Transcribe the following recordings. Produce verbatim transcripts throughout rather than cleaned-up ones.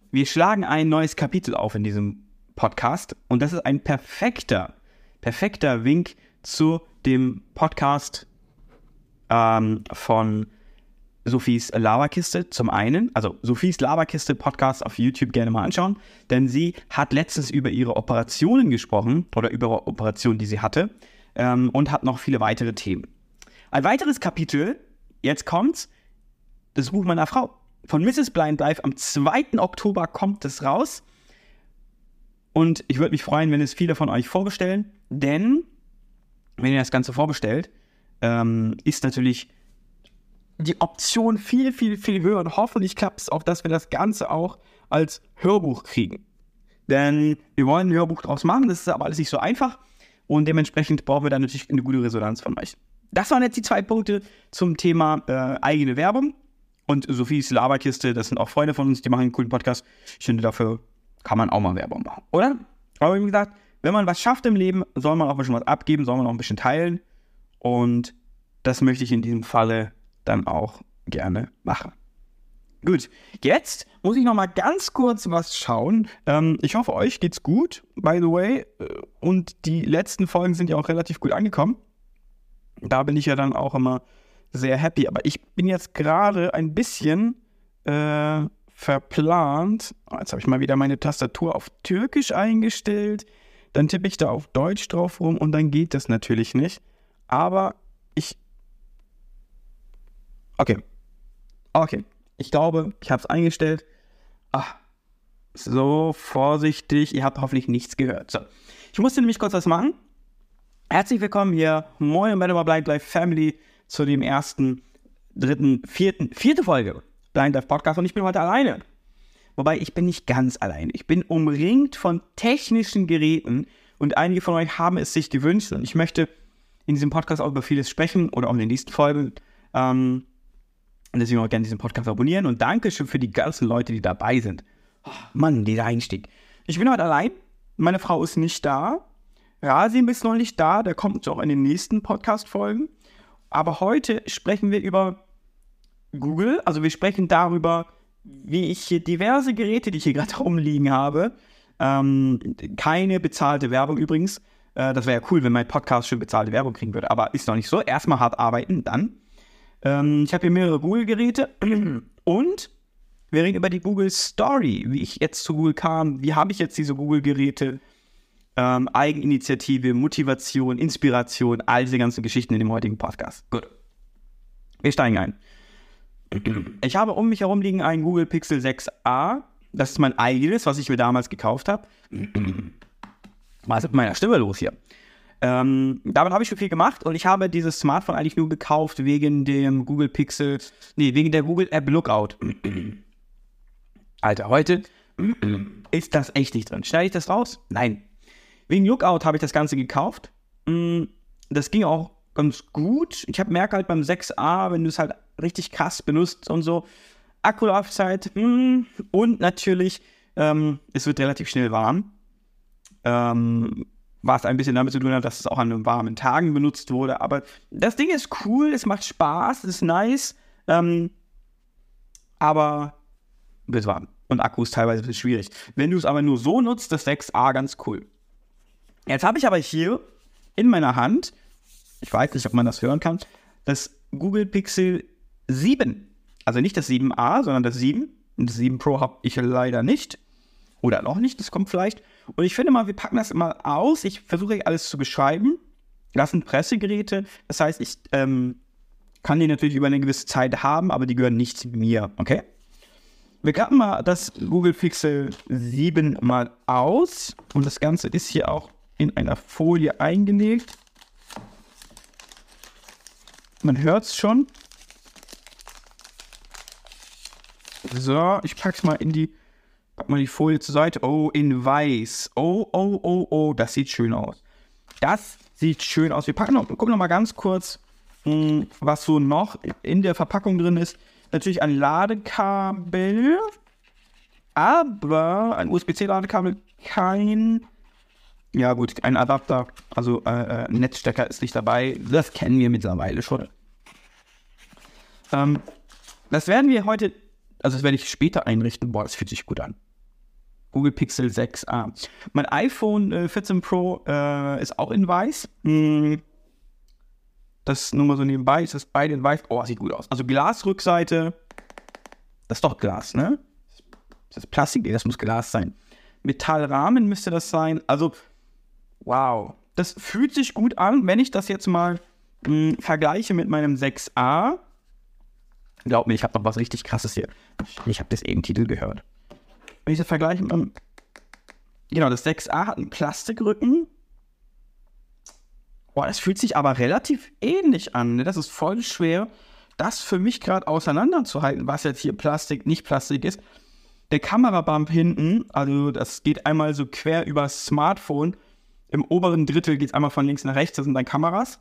wir schlagen ein neues Kapitel auf in diesem Podcast und das ist ein perfekter, perfekter Wink zu dem Podcast ähm, von Sophies Laberkiste zum einen, also Sophies Laberkiste Podcast auf YouTube gerne mal anschauen, denn sie hat letztens über ihre Operationen gesprochen oder über Operationen, die sie hatte ähm, und hat noch viele weitere Themen. Ein weiteres Kapitel, jetzt kommt's, das Buch meiner Frau von Misses Blind Life. Am zweiten Oktober kommt es raus und ich würde mich freuen, wenn es viele von euch vorbestellen, denn wenn ihr das Ganze vorbestellt, ähm, ist natürlich die Option viel, viel, viel höher und hoffentlich klappt es auch, dass wir das Ganze auch als Hörbuch kriegen. Denn wir wollen ein Hörbuch draus machen, das ist aber alles nicht so einfach und dementsprechend brauchen wir dann natürlich eine gute Resonanz von euch. Das waren jetzt die zwei Punkte zum Thema äh, eigene Werbung und Sophies Laberkiste, das sind auch Freunde von uns, die machen einen coolen Podcast. Ich finde, dafür kann man auch mal Werbung machen, oder? Aber wie gesagt, wenn man was schafft im Leben, soll man auch ein bisschen was abgeben, soll man auch ein bisschen teilen und das möchte ich in diesem Falle dann auch gerne machen. Gut, jetzt muss ich noch mal ganz kurz was schauen. Ähm, ich hoffe, euch geht's gut, by the way. Und die letzten Folgen sind ja auch relativ gut angekommen. Da bin ich ja dann auch immer sehr happy. Aber ich bin jetzt gerade ein bisschen äh, verplant. Oh, jetzt habe ich mal wieder meine Tastatur auf Türkisch eingestellt. Dann tippe ich da auf Deutsch drauf rum und dann geht das natürlich nicht. Aber ich Okay. Okay. Ich glaube, ich habe es eingestellt. Ach, so vorsichtig. Ihr habt hoffentlich nichts gehört. So. Ich musste nämlich kurz was machen. Herzlich willkommen hier. Moin bei der Blind Life Family zu dem ersten, dritten, vierten, vierte Folge Blind Life Podcast und ich bin heute alleine. Wobei, ich bin nicht ganz alleine. Ich bin umringt von technischen Geräten und einige von euch haben es sich gewünscht und ich möchte in diesem Podcast auch über vieles sprechen oder auch in den nächsten Folgen. Ähm, Und deswegen auch gerne diesen Podcast abonnieren. Und Dankeschön für die ganzen Leute, die dabei sind. Oh, Mann, dieser Einstieg. Ich bin heute allein. Meine Frau ist nicht da. Rasim ist noch nicht da. Der kommt auch in den nächsten Podcast-Folgen. Aber heute sprechen wir über Google. Also wir sprechen darüber, wie ich hier diverse Geräte, die ich hier gerade rumliegen habe. Ähm, keine bezahlte Werbung übrigens. Äh, das wäre ja cool, wenn mein Podcast schon bezahlte Werbung kriegen würde. Aber ist noch nicht so. Erstmal hart arbeiten, dann. Ich habe hier mehrere Google-Geräte und wir reden über die Google Story, wie ich jetzt zu Google kam, wie habe ich jetzt diese Google-Geräte, ähm, Eigeninitiative, Motivation, Inspiration, all diese ganzen Geschichten in dem heutigen Podcast. Gut, wir steigen ein. Ich habe um mich herum liegen ein Google Pixel sechs a, das ist mein eigenes, was ich mir damals gekauft habe. Was ist mit meiner Stimme los hier? Ähm, damit habe ich schon viel gemacht und ich habe dieses Smartphone eigentlich nur gekauft wegen dem Google Pixel, nee, wegen der Google App Lookout. Alter, heute ist das echt nicht drin. Schneide ich das raus? Nein. Wegen Lookout habe ich das Ganze gekauft. Das ging auch ganz gut. Ich habe merke halt beim sechs a, wenn du es halt richtig krass benutzt und so, Akkulaufzeit und natürlich, ähm, es wird relativ schnell warm. Ähm, was ein bisschen damit zu tun hat, dass es auch an warmen Tagen benutzt wurde. Aber das Ding ist cool, es macht Spaß, es ist nice. Ähm, aber wird warm. Und Akku ist teilweise ein bisschen schwierig. Wenn du es aber nur so nutzt, das sechs a ganz cool. Jetzt habe ich aber hier in meiner Hand, ich weiß nicht, ob man das hören kann, das Google Pixel sieben. Also nicht das sieben a, sondern das sieben. Und das sieben Pro habe ich leider nicht. Oder noch nicht, das kommt vielleicht. Und ich finde mal, wir packen das immer aus. Ich versuche alles zu beschreiben. Das sind Pressegeräte. Das heißt, ich ähm, kann die natürlich über eine gewisse Zeit haben, aber die gehören nicht mir, okay? Wir klappen mal das Google Pixel sieben mal aus. Und das Ganze ist hier auch in einer Folie eingelegt. Man hört es schon. So, ich packe es mal in die... Pack mal die Folie zur Seite. Oh, in weiß. Oh, oh, oh, oh. Das sieht schön aus. Das sieht schön aus. Wir packen noch, gucken noch mal ganz kurz, mh, was so noch in der Verpackung drin ist. Natürlich ein Ladekabel. Aber ein U S B C-Ladekabel. Kein... Ja gut, ein Adapter. Also äh, ein Netzstecker ist nicht dabei. Das kennen wir mittlerweile schon. Ähm, das werden wir heute... Also das werde ich später einrichten. Boah, das fühlt sich gut an. Google Pixel sechs a. Mein iPhone äh, vierzehn Pro äh, ist auch in weiß. Hm. Das nur mal so nebenbei. Ist das beide in weiß? Oh, sieht gut aus. Also Glasrückseite. Das ist doch Glas, ne? Ist das Plastik? Nee, das muss Glas sein. Metallrahmen müsste das sein. Also, wow. Das fühlt sich gut an, wenn ich das jetzt mal mh, vergleiche mit meinem sechs a. Glaub mir, ich habe noch was richtig Krasses hier. Ich habe das eben Titel gehört. Wenn ich das vergleiche mit meinem... Genau, das sechs a hat einen Plastikrücken. Boah, das fühlt sich aber relativ ähnlich an. Ne? Das ist voll schwer, das für mich gerade auseinanderzuhalten, was jetzt hier Plastik, nicht Plastik ist. Der Kamerabump hinten, also das geht einmal so quer über das Smartphone. Im oberen Drittel geht es einmal von links nach rechts, das sind dann Kameras.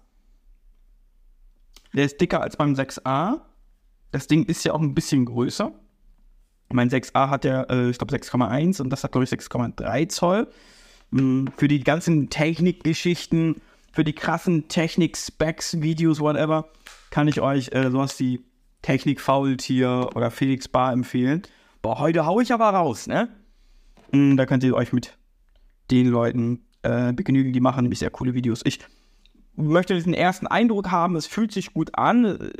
Der ist dicker als beim sechs a. Das Ding ist ja auch ein bisschen größer. Mein sechs a hat ja, äh, ich glaube, sechs Komma eins und das hat, glaube ich, sechs Komma drei Zoll. Mhm. Für die ganzen Technikgeschichten, für die krassen Technik-Specs, Videos, whatever, kann ich euch äh, sowas wie Technik-Faultier oder Felix Bar empfehlen. Boah, heute hau ich aber raus, ne? Mhm, da könnt ihr euch mit den Leuten äh, begnügen, die machen nämlich sehr coole Videos. Ich möchte diesen ersten Eindruck haben, es fühlt sich gut an.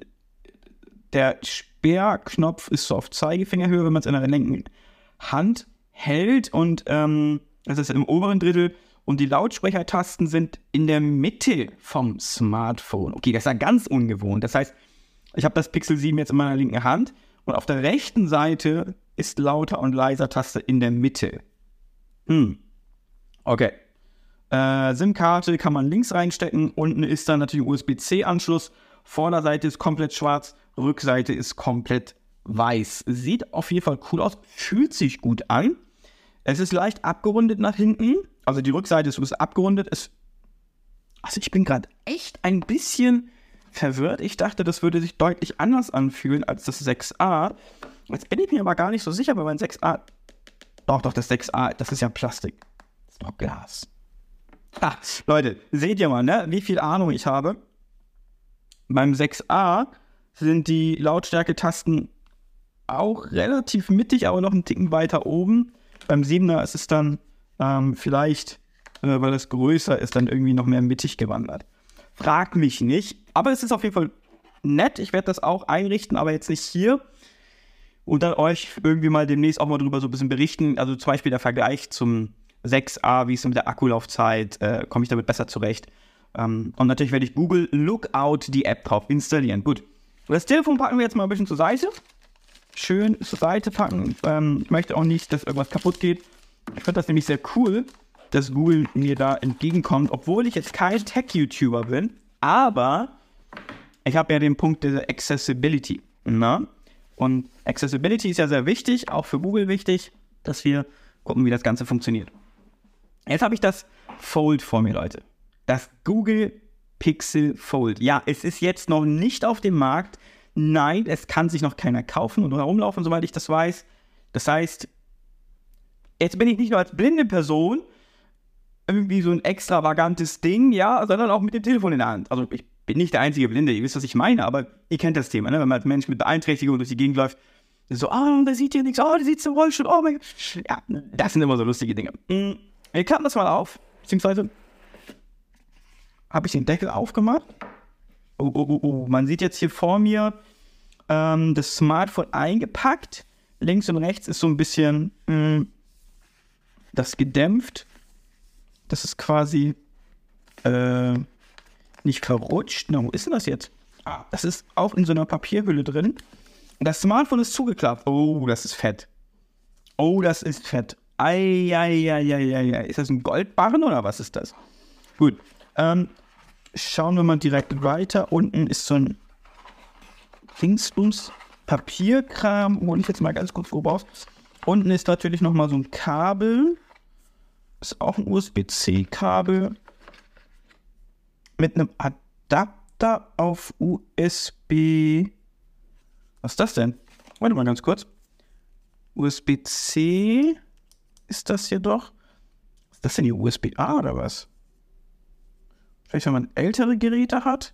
Der Sperrknopf ist so auf Zeigefingerhöhe, wenn man es in der linken Hand hält. Und ähm, das ist im oberen Drittel. Und die Lautsprechertasten sind in der Mitte vom Smartphone. Okay, das ist ja ganz ungewohnt. Das heißt, ich habe das Pixel sieben jetzt in meiner linken Hand. Und auf der rechten Seite ist lauter und leiser Taste in der Mitte. Hm. Okay. Äh, SIM-Karte kann man links reinstecken. Unten ist dann natürlich ein U S B C Anschluss. Vorderseite ist komplett schwarz. Rückseite ist komplett weiß. Sieht auf jeden Fall cool aus. Fühlt sich gut an. Es ist leicht abgerundet nach hinten. Also die Rückseite ist abgerundet. Es also ich bin gerade echt ein bisschen verwirrt. Ich dachte, das würde sich deutlich anders anfühlen als das sechs a. Jetzt bin ich mir aber gar nicht so sicher, weil mein sechs a... Doch, doch, das sechs a, das ist ja Plastik. Das ist doch Glas. Ha, Leute, seht ihr mal, ne, wie viel Ahnung ich habe. Beim sechs a sind die Lautstärke-Tasten auch relativ mittig, aber noch einen Ticken weiter oben. Beim siebener ist es dann ähm, vielleicht, äh, weil es größer ist, dann irgendwie noch mehr mittig gewandert. Frag mich nicht, aber es ist auf jeden Fall nett. Ich werde das auch einrichten, aber jetzt nicht hier. Und dann euch irgendwie mal demnächst auch mal drüber so ein bisschen berichten. Also zum Beispiel der Vergleich zum sechs a, wie ist es mit der Akkulaufzeit, äh, komme ich damit besser zurecht. Ähm, und natürlich werde ich Google Lookout, die App, drauf installieren. Gut. Und das Telefon packen wir jetzt mal ein bisschen zur Seite. Schön zur Seite packen. Ähm, ich möchte auch nicht, dass irgendwas kaputt geht. Ich finde das nämlich sehr cool, dass Google mir da entgegenkommt, obwohl ich jetzt kein Tech-YouTuber bin. Aber ich habe ja den Punkt der Accessibility. Na? Und Accessibility ist ja sehr wichtig, auch für Google wichtig, dass wir gucken, wie das Ganze funktioniert. Jetzt habe ich das Fold vor mir, Leute. Das Google Pixel Fold. Ja, es ist jetzt noch nicht auf dem Markt. Nein, es kann sich noch keiner kaufen und herumlaufen, soweit ich das weiß. Das heißt, jetzt bin ich nicht nur als blinde Person irgendwie so ein extravagantes Ding, ja, sondern auch mit dem Telefon in der Hand. Also ich bin nicht der einzige Blinde, ihr wisst, was ich meine, aber ihr kennt das Thema, ne? Wenn man als Mensch mit Beeinträchtigung durch die Gegend läuft, so, ah, oh, da sieht hier nichts, oh, da sieht im Rollstuhl, oh mein Gott. Ja, das sind immer so lustige Dinge. Wir klappen das mal auf, beziehungsweise habe ich den Deckel aufgemacht. Oh, oh, oh, oh. Man sieht jetzt hier vor mir ähm, das Smartphone eingepackt. Links und rechts ist so ein bisschen mh, das gedämpft. Das ist quasi äh, nicht verrutscht. Na, wo ist denn das jetzt? Ah, das ist auch in so einer Papierhülle drin. Das Smartphone ist zugeklappt. Oh, das ist fett. Oh, das ist fett. Ei, ei, ei, ei, ei, ei. Ist das ein Goldbarren oder was ist das? Gut. Ähm, schauen wir mal direkt weiter. Unten ist so ein Dingsbums Papierkram. Hole ich jetzt mal ganz kurz grob aus. Unten ist natürlich nochmal so ein Kabel. Ist auch ein U S B C Kabel. Mit einem Adapter auf U S B. Was ist das denn? Warte mal ganz kurz. U S B C ist das hier doch. Ist das denn hier U S B A oder was? Vielleicht, wenn man ältere Geräte hat.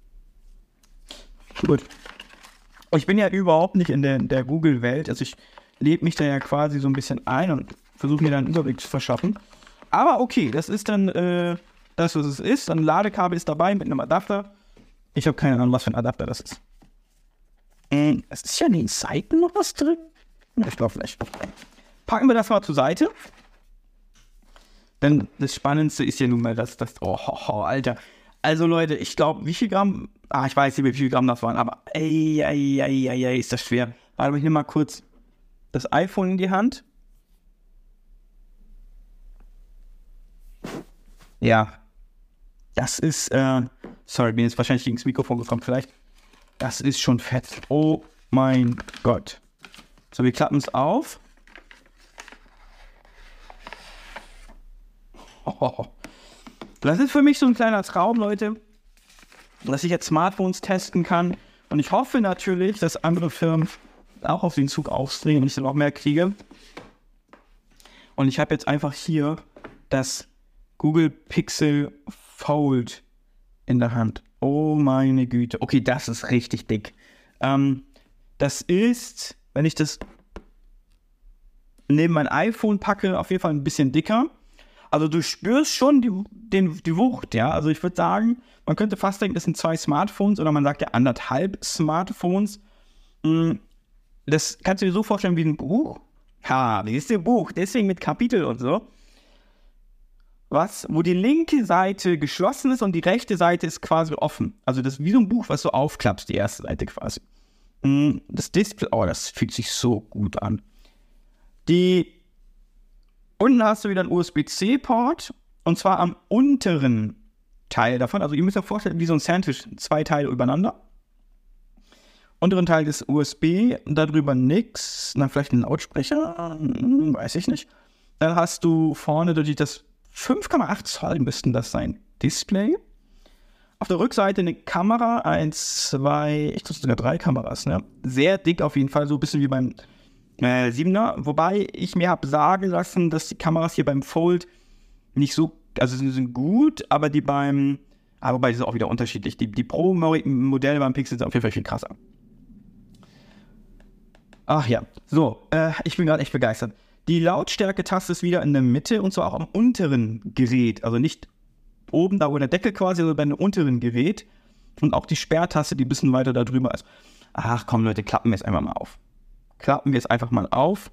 Gut. Ich bin ja überhaupt nicht in der, der Google-Welt. Also ich lebe mich da ja quasi so ein bisschen ein und versuche mir dann einen Überblick zu verschaffen. Aber okay, das ist dann äh, das, was es ist. Ein Ladekabel ist dabei mit einem Adapter. Ich habe keine Ahnung, was für ein Adapter das ist. Ähm, es ist ja in den Seiten noch was drin. Ich glaube nicht. Packen wir das mal zur Seite. Denn das Spannendste ist ja nun mal das, das oh, oh, oh Alter. Also Leute, ich glaube, wie viel Gramm, ah, ich weiß nicht, wie viel Gramm das waren, aber ey, ey, ey, ey, ey, ist das schwer. Warte, ich nehme mal kurz das iPhone in die Hand. Ja, das ist, äh, sorry, bin jetzt wahrscheinlich gegen das Mikrofon gekommen, vielleicht. Das ist schon fett. Oh mein Gott. So, wir klappen es auf. Oh. Das ist für mich so ein kleiner Traum, Leute, dass ich jetzt Smartphones testen kann. Und ich hoffe natürlich, dass andere Firmen auch auf den Zug aufspringen und ich dann auch mehr kriege. Und ich habe jetzt einfach hier das Google Pixel Fold in der Hand. Oh meine Güte. Okay, das ist richtig dick. Ähm, das ist, wenn ich das neben mein iPhone packe, auf jeden Fall ein bisschen dicker. Also du spürst schon die, den, die Wucht, ja. Also ich würde sagen, man könnte fast denken, das sind zwei Smartphones oder man sagt ja anderthalb Smartphones. Das kannst du dir so vorstellen wie ein Buch. Ja, wie ist ein Buch? Deswegen mit Kapitel und so. Was, wo die linke Seite geschlossen ist und die rechte Seite ist quasi offen. Also das ist wie so ein Buch, was du aufklappst, die erste Seite quasi. Das Display, oh, das fühlt sich so gut an. Die Unten hast du wieder einen U S B C Port und zwar am unteren Teil davon. Also ihr müsst euch vorstellen, wie so ein Sandwich, zwei Teile übereinander. Unteren Teil ist U S B, darüber nix. Dann vielleicht ein Lautsprecher, hm, weiß ich nicht. Dann hast du vorne durch das fünf Komma acht Zoll müssten das sein, Display. Auf der Rückseite eine Kamera, eins, zwei, ich glaube sogar drei Kameras, ne? Sehr dick auf jeden Fall, so ein bisschen wie beim Äh, siebener, wobei ich mir habe sagen lassen, dass die Kameras hier beim Fold nicht so, also sie sind gut, aber die beim, aber wobei die sind auch wieder unterschiedlich. Die, die Pro-Modelle beim Pixel sind auf jeden Fall viel krasser. Ach ja, so, äh, ich bin gerade echt begeistert. Die Lautstärke-Taste ist wieder in der Mitte und zwar auch am unteren Gerät, also nicht oben da, wo der Deckel quasi, sondern bei dem unteren Gerät und auch die Sperrtaste, die ein bisschen weiter da drüber ist. Ach komm Leute, klappen wir es einfach mal auf. Klappen wir es einfach mal auf.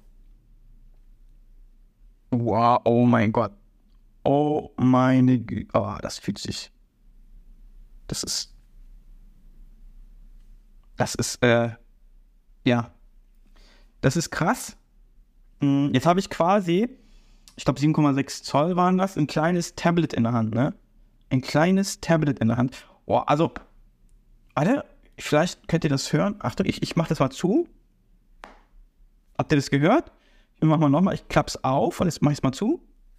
Wow, oh mein Gott. Oh meine Güte. Oh, das fühlt sich. Das ist. Das ist, äh. Ja. Das ist krass. Jetzt habe ich quasi, ich glaube sieben Komma sechs Zoll waren das, ein kleines Tablet in der Hand, ne? Ein kleines Tablet in der Hand. Oh, also. Warte, vielleicht könnt ihr das hören. Achtung, ich, ich mache das mal zu. Habt ihr das gehört? Ich mach mal nochmal, ich klapp's auf und jetzt mach ich's mal zu.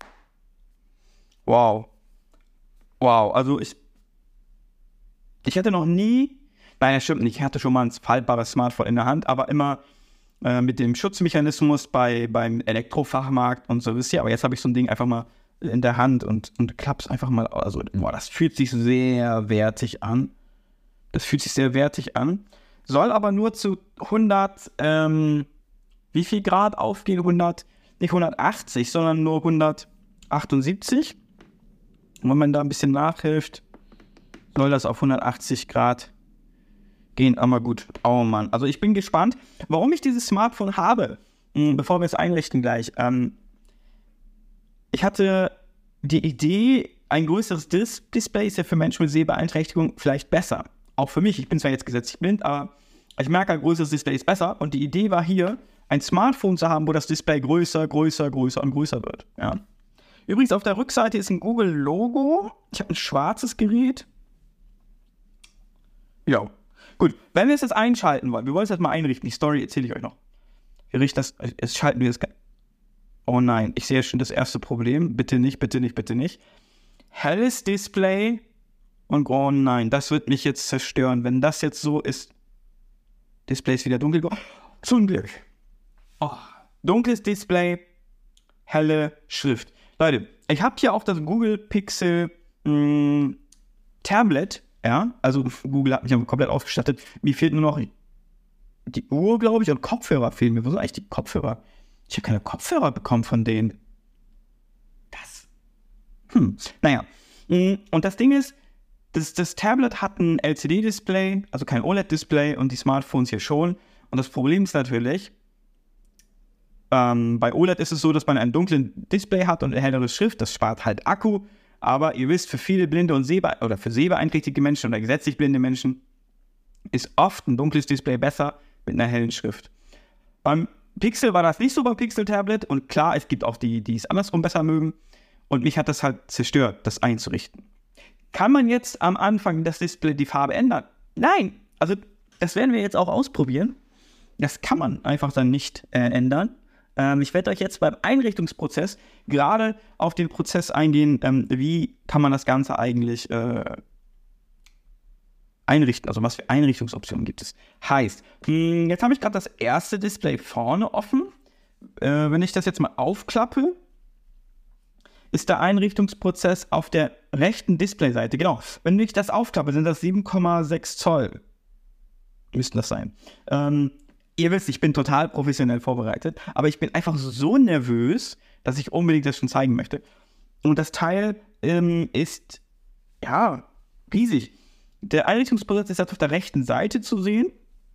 Wow. Wow, also ich ich hatte noch nie, nein, das stimmt nicht, ich hatte schon mal ein faltbares Smartphone in der Hand, aber immer äh, mit dem Schutzmechanismus bei, beim Elektrofachmarkt und so, wisst ihr, aber jetzt habe ich so ein Ding einfach mal in der Hand und, und klapp's einfach mal, also boah, das fühlt sich sehr wertig an. Das fühlt sich sehr wertig an. Soll aber nur zu hundert, ähm, wie viel Grad aufgehen? hundert, nicht hundertachtzig, sondern nur hundertachtundsiebzig. Und wenn man da ein bisschen nachhilft, soll das auf hundertachtzig Grad gehen. Aber gut, oh Mann. Also ich bin gespannt, warum ich dieses Smartphone habe. Bevor wir es einrichten gleich. Ähm, ich hatte die Idee, ein größeres Dis- Display ist ja für Menschen mit Sehbeeinträchtigung vielleicht besser. Auch für mich. Ich bin zwar jetzt gesetzlich blind, aber ich merke, ein größeres Display ist besser. Und die Idee war hier, ein Smartphone zu haben, wo das Display größer, größer, größer und größer wird. Ja. Übrigens, auf der Rückseite ist ein Google-Logo. Ich habe ein schwarzes Gerät. Ja, gut. Wenn wir es jetzt einschalten wollen, wir wollen es jetzt mal einrichten. Die Story erzähle ich euch noch. Wir richten das, jetzt schalten wir es. Oh nein, ich sehe schon das erste Problem. Bitte nicht, bitte nicht, bitte nicht. Helles Display. Und oh nein, das wird mich jetzt zerstören. Wenn das jetzt so ist. Display ist wieder dunkel geworden. Zum Glück. Oh, dunkles Display, helle Schrift. Leute, ich habe hier auch das Google Pixel mh, Tablet, ja, also Google hat mich ja komplett ausgestattet. Mir fehlt nur noch die Uhr, glaube ich, und Kopfhörer fehlen mir. Wo sind eigentlich die Kopfhörer? Ich habe keine Kopfhörer bekommen von denen. Das. Hm. Naja. Und das Ding ist, das, das Tablet hat ein L C D-Display, also kein O L E D-Display und die Smartphones hier schon. Und das Problem ist natürlich, ähm, bei O L E D ist es so, dass man einen dunklen Display hat und eine hellere Schrift. Das spart halt Akku. Aber ihr wisst, für viele blinde und sehbe- oder für sehbeeinträchtigte Menschen oder gesetzlich blinde Menschen ist oft ein dunkles Display besser mit einer hellen Schrift. Beim Pixel war das nicht so beim Pixel-Tablet und klar, es gibt auch die, die es andersrum besser mögen und mich hat das halt zerstört, das einzurichten. Kann man jetzt am Anfang das Display die Farbe ändern? Nein, also das werden wir jetzt auch ausprobieren. Das kann man einfach dann nicht äh, ändern. Ähm, ich werde euch jetzt beim Einrichtungsprozess gerade auf den Prozess eingehen, ähm, wie kann man das Ganze eigentlich äh, einrichten, also was für Einrichtungsoptionen gibt es. Heißt, mh, jetzt habe ich gerade das erste Display vorne offen. Äh, wenn ich das jetzt mal aufklappe, ist der Einrichtungsprozess auf der rechten Displayseite. Genau, wenn ich das aufklappe, sind das sieben Komma sechs Zoll. Müssten das sein. Ähm, ihr wisst, ich bin total professionell vorbereitet, aber ich bin einfach so nervös, dass ich unbedingt das schon zeigen möchte. Und das Teil ähm, ist, ja, riesig. Der Einrichtungsprozess ist jetzt auf der rechten Seite zu sehen.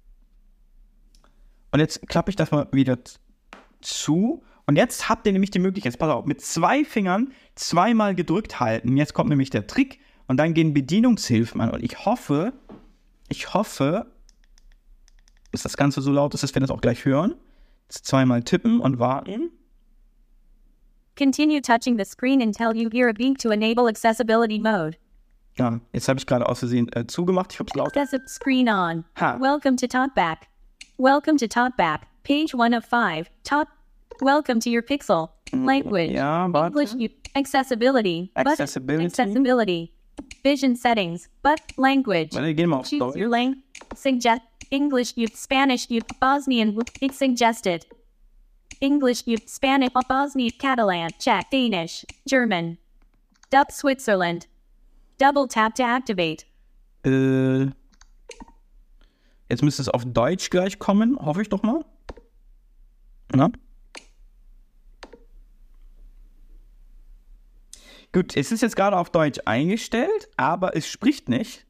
Und jetzt klappe ich das mal wieder zu. Und jetzt habt ihr nämlich die Möglichkeit, pass auf, mit zwei Fingern zweimal gedrückt halten. Jetzt kommt nämlich der Trick. Und dann gehen Bedienungshilfen an. Und ich hoffe, ich hoffe, dass das Ganze so laut ist, dass wir das auch gleich hören. Jetzt zweimal tippen und warten. Continue touching the screen until you hear a beep to enable accessibility mode. Ja, jetzt habe ich gerade aus Versehen äh, zugemacht. Ich habe es laut. Accessible screen on. Ha. Welcome to TalkBack. Welcome to TalkBack. Page one of five. Talk. Welcome to your Pixel. Language. Ja, warte. English. u- Accessibility. But- Accessibility. Accessibility. Vision settings. But language. Warte, gehen wir auf Choose Deutsch. your language. Suggest English. You Spanish. You Bosnian. It's suggested. English. You Spanish. Bosnian. Catalan. Czech. Danish. German. Dub Switzerland. Double tap to activate. Äh, jetzt müsste es auf Deutsch gleich kommen, hoffe ich doch mal. Na? Gut, es ist jetzt gerade auf Deutsch eingestellt, aber es spricht nicht.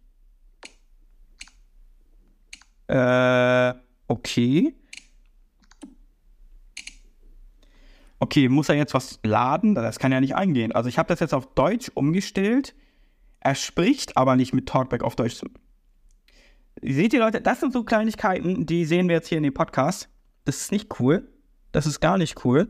Äh, okay. Okay, muss er jetzt was laden? Das kann ja nicht eingehen. Also ich habe das jetzt auf Deutsch umgestellt. Er spricht aber nicht mit Talkback auf Deutsch. Seht ihr, Leute, das sind so Kleinigkeiten, die sehen wir jetzt hier in dem Podcast. Das ist nicht cool. Das ist gar nicht cool.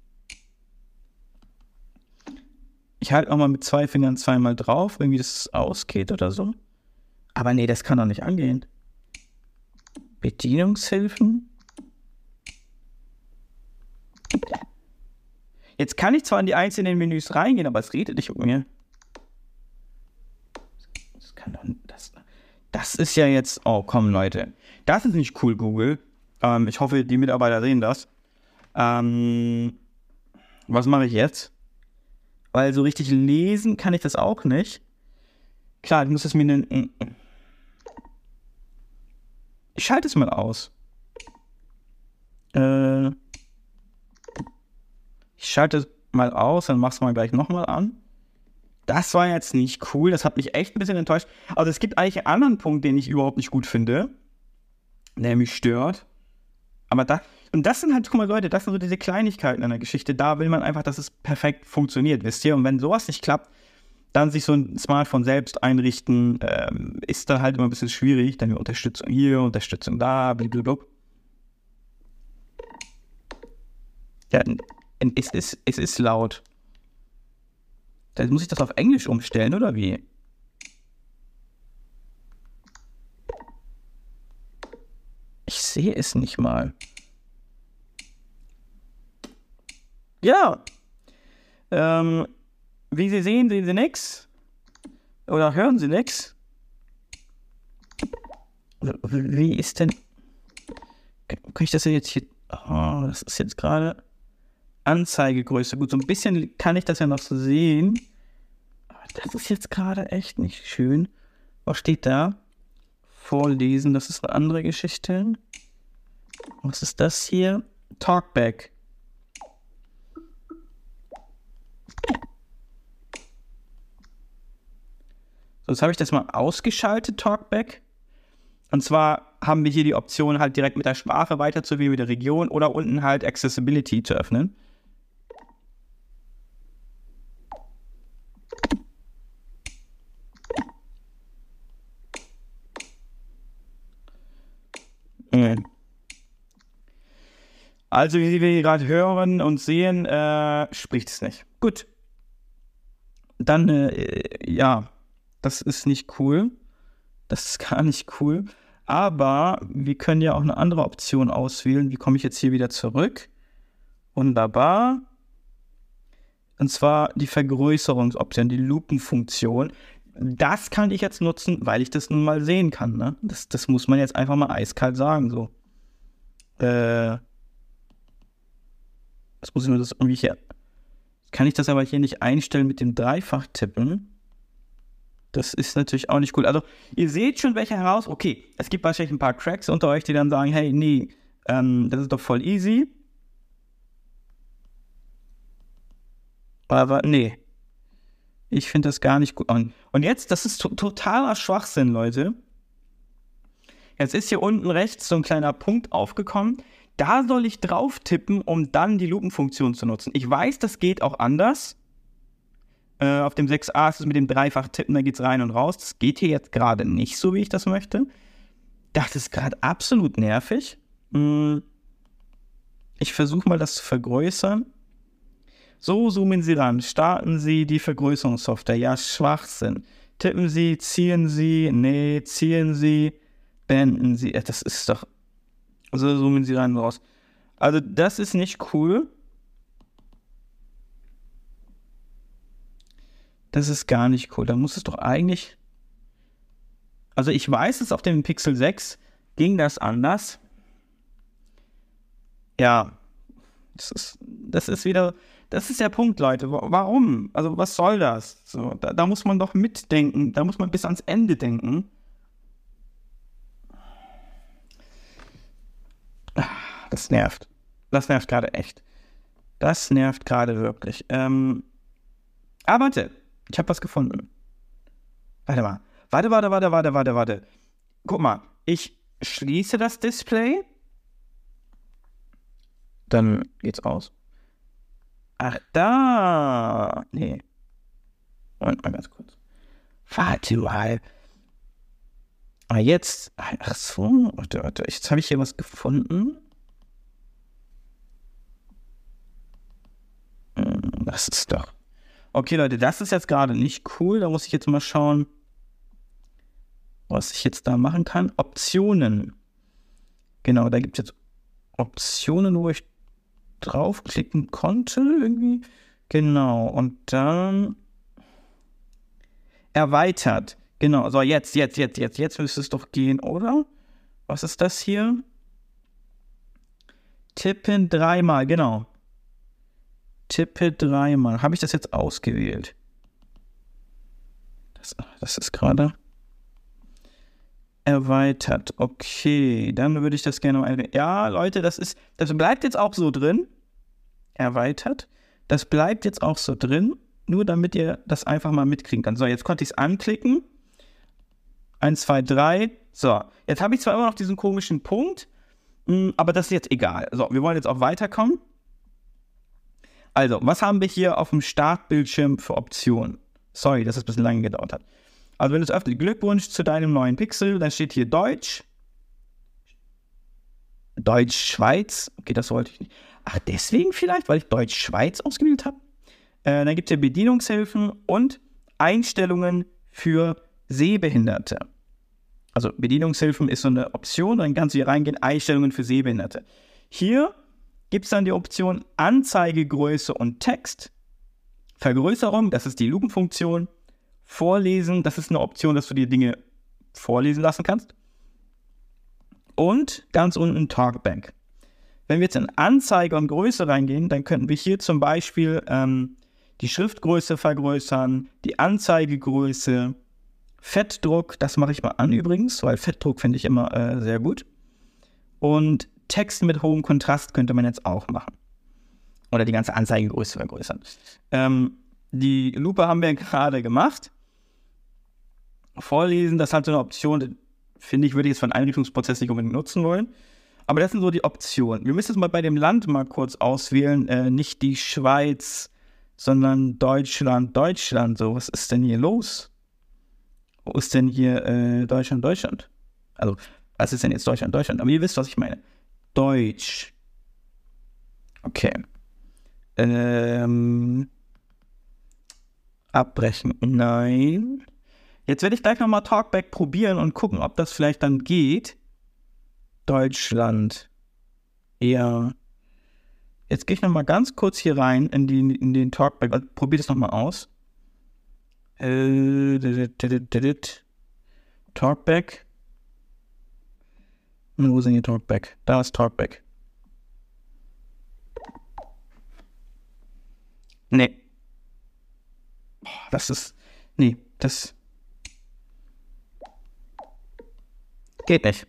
Ich halte auch mal mit zwei Fingern zweimal drauf, irgendwie das ausgeht oder so. Aber nee, das kann doch nicht angehen. Bedienungshilfen. Jetzt kann ich zwar in die einzelnen Menüs reingehen, aber es redet nicht mit mir. Das kann doch das, das ist ja jetzt... Oh, komm, Leute. Das ist nicht cool, Google. Ähm, ich hoffe, die Mitarbeiter sehen das. Ähm, was mache ich jetzt? Weil so richtig lesen kann ich das auch nicht. Klar, ich muss es mir... Ne, ich schalte es mal aus. Äh... Ich schalte es mal aus, dann mach's mal gleich nochmal an. Das war jetzt nicht cool, das hat mich echt ein bisschen enttäuscht. Also es gibt eigentlich einen anderen Punkt, den ich überhaupt nicht gut finde, der mich stört. Aber da, und das sind halt, guck mal Leute, das sind so diese Kleinigkeiten in der Geschichte. Da will man einfach, dass es perfekt funktioniert, wisst ihr? Und wenn sowas nicht klappt, dann sich so ein Smartphone selbst einrichten, ähm, ist dann halt immer ein bisschen schwierig. Dann Unterstützung hier, Unterstützung da, blablabla. Ja, Es ist, es ist laut. Dann muss ich das auf Englisch umstellen, oder wie? Ich sehe es nicht mal. Ja. Ähm, wie Sie sehen, sehen Sie nichts. Oder hören Sie nichts. Wie ist denn... Kann ich das denn jetzt hier... Oh, das ist jetzt gerade... Anzeigegröße. Gut, so ein bisschen kann ich das ja noch so sehen. Aber das ist jetzt gerade echt nicht schön. Was steht da? Vorlesen, das ist eine andere Geschichte. Was ist das hier? Talkback. So, jetzt habe ich das mal ausgeschaltet, Talkback. Und zwar haben wir hier die Option, halt direkt mit der Sprache weiterzuwählen, mit der Region oder unten halt Accessibility zu öffnen. Also, wie wir gerade hören und sehen, äh, spricht es nicht. Gut. Dann, äh, ja, das ist nicht cool. Das ist gar nicht cool. Aber wir können ja auch eine andere Option auswählen. Wie komme ich jetzt hier wieder zurück? Wunderbar. Und zwar die Vergrößerungsoption, die Lupenfunktion. Das kann ich jetzt nutzen, weil ich das nun mal sehen kann. Ne? Das, das muss man jetzt einfach mal eiskalt sagen. So. Äh, das muss ich mir das irgendwie hier. Kann ich das aber hier nicht einstellen mit dem Dreifach-Tippen? Das ist natürlich auch nicht cool. Also, ihr seht schon, welche heraus. Okay, es gibt wahrscheinlich ein paar Cracks unter euch, die dann sagen: Hey, nee, ähm, das ist doch voll easy. Aber nee. Ich finde das gar nicht gut. Und jetzt, das ist to- totaler Schwachsinn, Leute. Jetzt ist hier unten rechts so ein kleiner Punkt aufgekommen. Da soll ich drauf tippen, um dann die Lupenfunktion zu nutzen. Ich weiß, das geht auch anders. Äh, auf dem sechs a ist es mit dem Dreifach-Tippen, da geht es rein und raus. Das geht hier jetzt gerade nicht so, wie ich das möchte. Das ist gerade absolut nervig. Ich versuche mal, das zu vergrößern. So, zoomen Sie ran. Starten Sie die Vergrößerungssoftware. Ja, Schwachsinn. Tippen Sie, ziehen Sie, nee, ziehen Sie, beenden Sie. Das ist doch... So, zoomen Sie rein und raus. Also, das ist nicht cool. Das ist gar nicht cool. Da muss es doch eigentlich... Also, ich weiß, es auf dem Pixel sechs ging das anders. Ja, das ist, das ist wieder... Das ist der Punkt, Leute. Warum? Also, was soll das? So, da, da muss man doch mitdenken. Da muss man bis ans Ende denken. Das nervt. Das nervt gerade echt. Das nervt gerade wirklich. Ähm, aber warte. Ich habe was gefunden. Warte mal. Warte, warte, warte, warte, warte, warte. Guck mal. Ich schließe das Display. Dann geht's aus. Ach, da. Nee. Moment mal ganz kurz. Warte mal. Ah, jetzt. Ach so. Warte, warte. Jetzt habe ich hier was gefunden. Das ist doch... Okay, Leute, das ist jetzt gerade nicht cool. Da muss ich jetzt mal schauen, was ich jetzt da machen kann. Optionen. Genau, da gibt es jetzt Optionen, wo ich draufklicken konnte irgendwie. Genau, und dann erweitert. Genau, so jetzt, jetzt, jetzt, jetzt, jetzt müsste es doch gehen, oder? Was ist das hier? Tippen dreimal, genau. Tippe dreimal. Habe ich das jetzt ausgewählt? Das, das ist gerade erweitert. Okay, dann würde ich das gerne mal... Ja, Leute, das ist, das bleibt jetzt auch so drin. Erweitert. Das bleibt jetzt auch so drin, nur damit ihr das einfach mal mitkriegen könnt. So, jetzt konnte ich es anklicken. eins, zwei, drei. So, jetzt habe ich zwar immer noch diesen komischen Punkt, aber das ist jetzt egal. So, wir wollen jetzt auch weiterkommen. Also, was haben wir hier auf dem Startbildschirm für Optionen? Sorry, dass es ein bisschen lange gedauert hat. Also, wenn du es öffnest, Glückwunsch zu deinem neuen Pixel, dann steht hier Deutsch. Deutsch-Schweiz. Okay, das wollte ich nicht. Ach, deswegen vielleicht, weil ich Deutsch-Schweiz ausgewählt habe. Äh, dann gibt es hier Bedienungshilfen und Einstellungen für Sehbehinderte. Also, Bedienungshilfen ist so eine Option, dann kannst du hier reingehen, Einstellungen für Sehbehinderte. Hier gibt es dann die Option Anzeigegröße und Text. Vergrößerung, das ist die Lupenfunktion. Vorlesen, das ist eine Option, dass du dir Dinge vorlesen lassen kannst. Und ganz unten Talkback. Wenn wir jetzt in Anzeige und Größe reingehen, dann könnten wir hier zum Beispiel ähm, die Schriftgröße vergrößern, die Anzeigegröße, Fettdruck, das mache ich mal an übrigens, weil Fettdruck finde ich immer äh, sehr gut. Und Text mit hohem Kontrast könnte man jetzt auch machen. Oder die ganze Anzeigegröße vergrößern. Ähm, die Lupe haben wir gerade gemacht. Vorlesen, das hat so eine Option, finde ich, würde ich jetzt für einen Einrichtungsprozess nicht unbedingt nutzen wollen. Aber das sind so die Optionen. Wir müssen jetzt mal bei dem Land mal kurz auswählen. Äh, nicht die Schweiz, sondern Deutschland, Deutschland. So, was ist denn hier los? Wo ist denn hier äh, Deutschland, Deutschland? Also, was ist denn jetzt Deutschland, Deutschland? Aber ihr wisst, was ich meine. Deutsch. Okay. Ähm. Abbrechen. Nein. Jetzt werde ich gleich nochmal Talkback probieren und gucken, ob das vielleicht dann geht. Deutschland. Ja. Jetzt gehe ich nochmal ganz kurz hier rein in, die, in den Talkback. Also, probier das nochmal aus. Äh, Talkback. Und wo sind hier Talkback? Da ist Talkback. Nee. Boah, das ist. Nee, das. Geht nicht.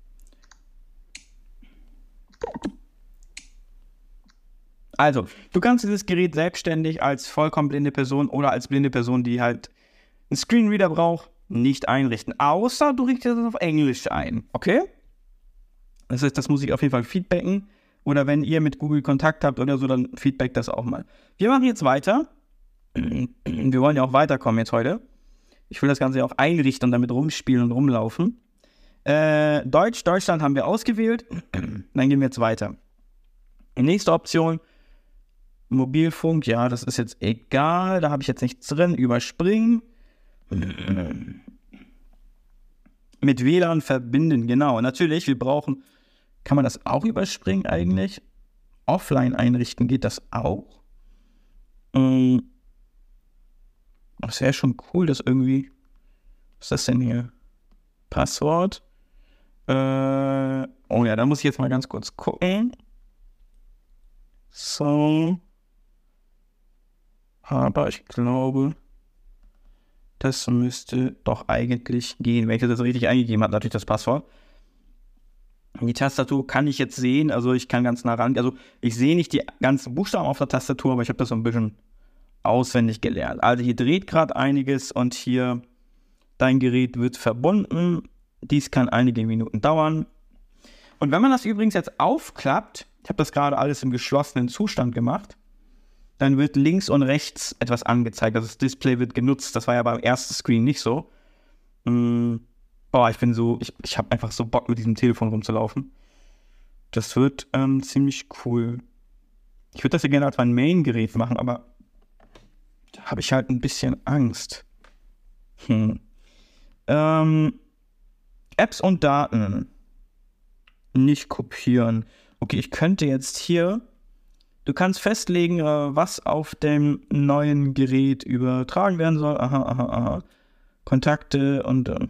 Also, du kannst dieses Gerät selbstständig als vollkommen blinde Person oder als blinde Person, die halt einen Screenreader braucht, nicht einrichten. Außer du richtest es auf Englisch ein, okay? Das heißt, das muss ich auf jeden Fall feedbacken. Oder wenn ihr mit Google Kontakt habt oder so, dann feedback das auch mal. Wir machen jetzt weiter. Wir wollen ja auch weiterkommen jetzt heute. Ich will das Ganze ja auch einrichten und damit rumspielen und rumlaufen. Äh, Deutsch, Deutschland haben wir ausgewählt. Dann gehen wir jetzt weiter. Nächste Option. Mobilfunk, ja, das ist jetzt egal. Da habe ich jetzt nichts drin. Überspringen. Mit W L A N verbinden, genau. Natürlich, wir brauchen... Kann man das auch überspringen eigentlich? Offline einrichten geht das auch? Ähm, das wäre schon cool, dass irgendwie... Was ist das denn hier? Passwort? Äh, oh ja, da muss ich jetzt mal ganz kurz gucken. So. Aber ich glaube, das müsste doch eigentlich gehen. Wenn ich das jetzt richtig eingegeben habe, natürlich das Passwort. Die Tastatur kann ich jetzt sehen, also ich kann ganz nah ran. Also ich sehe nicht die ganzen Buchstaben auf der Tastatur, aber ich habe das so ein bisschen auswendig gelernt. Also hier dreht gerade einiges und hier dein Gerät wird verbunden. Dies kann einige Minuten dauern. Und wenn man das übrigens jetzt aufklappt, ich habe das gerade alles im geschlossenen Zustand gemacht, dann wird links und rechts etwas angezeigt. Also das Display wird genutzt. Das war ja beim ersten Screen nicht so. Hm. Boah, ich bin so, ich, ich habe einfach so Bock, mit diesem Telefon rumzulaufen. Das wird ähm, ziemlich cool. Ich würde das ja gerne als mein Main-Gerät machen, aber da habe ich halt ein bisschen Angst. Hm. Ähm, Apps und Daten. Nicht kopieren. Okay, ich könnte jetzt hier, du kannst festlegen, äh, was auf dem neuen Gerät übertragen werden soll. Aha, aha, aha. Kontakte und äh,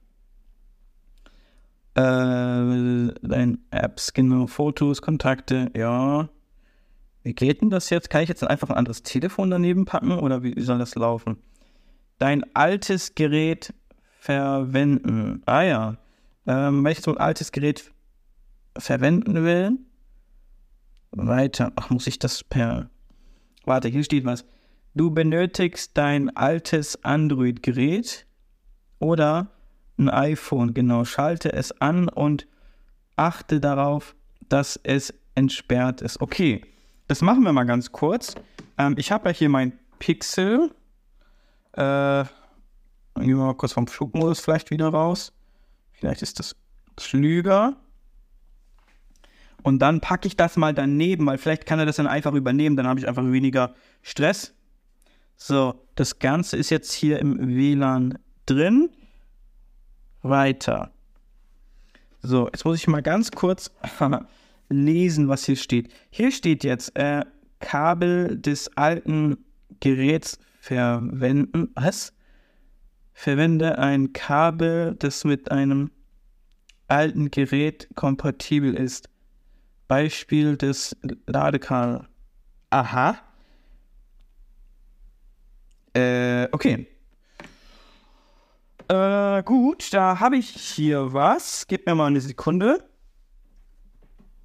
Äh, dein Apps, genau, Fotos, Kontakte, ja. Wie geht denn das jetzt? Kann ich jetzt einfach ein anderes Telefon daneben packen oder wie, wie soll das laufen? Dein altes Gerät verwenden. Ah ja. Ähm, wenn ich so ein altes Gerät verwenden will, weiter. Ach, muss ich das per... Warte, hier steht was. Du benötigst dein altes Android-Gerät oder ein iPhone, genau. Schalte es an und achte darauf, dass es entsperrt ist. Okay, das machen wir mal ganz kurz. Ähm, ich habe ja hier mein Pixel. Äh, gehen wir mal kurz vom Flugmodus vielleicht wieder raus. Vielleicht ist das klüger. Und dann packe ich das mal daneben, weil vielleicht kann er das dann einfach übernehmen. Dann habe ich einfach weniger Stress. So, das Ganze ist jetzt hier im W L A N drin. Weiter. So, jetzt muss ich mal ganz kurz lesen, was hier steht. Hier steht jetzt, äh, Kabel des alten Geräts verwenden. Was? Verwende ein Kabel, das mit einem alten Gerät kompatibel ist. Beispiel des Ladekabels. Aha. Äh, okay. Äh, gut, da habe ich hier was. Gib mir mal eine Sekunde.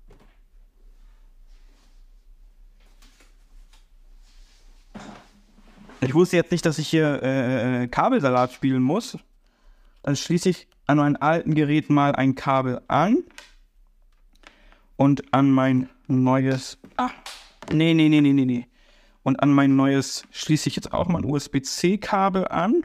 Ich wusste jetzt nicht, dass ich hier äh, Kabelsalat spielen muss. Dann schließe ich an mein alten Gerät mal ein Kabel an. Und an mein neues... Ah, nee, nee, nee, nee, nee, nee. Und an mein neues schließe ich jetzt auch mal ein U S B C-Kabel an.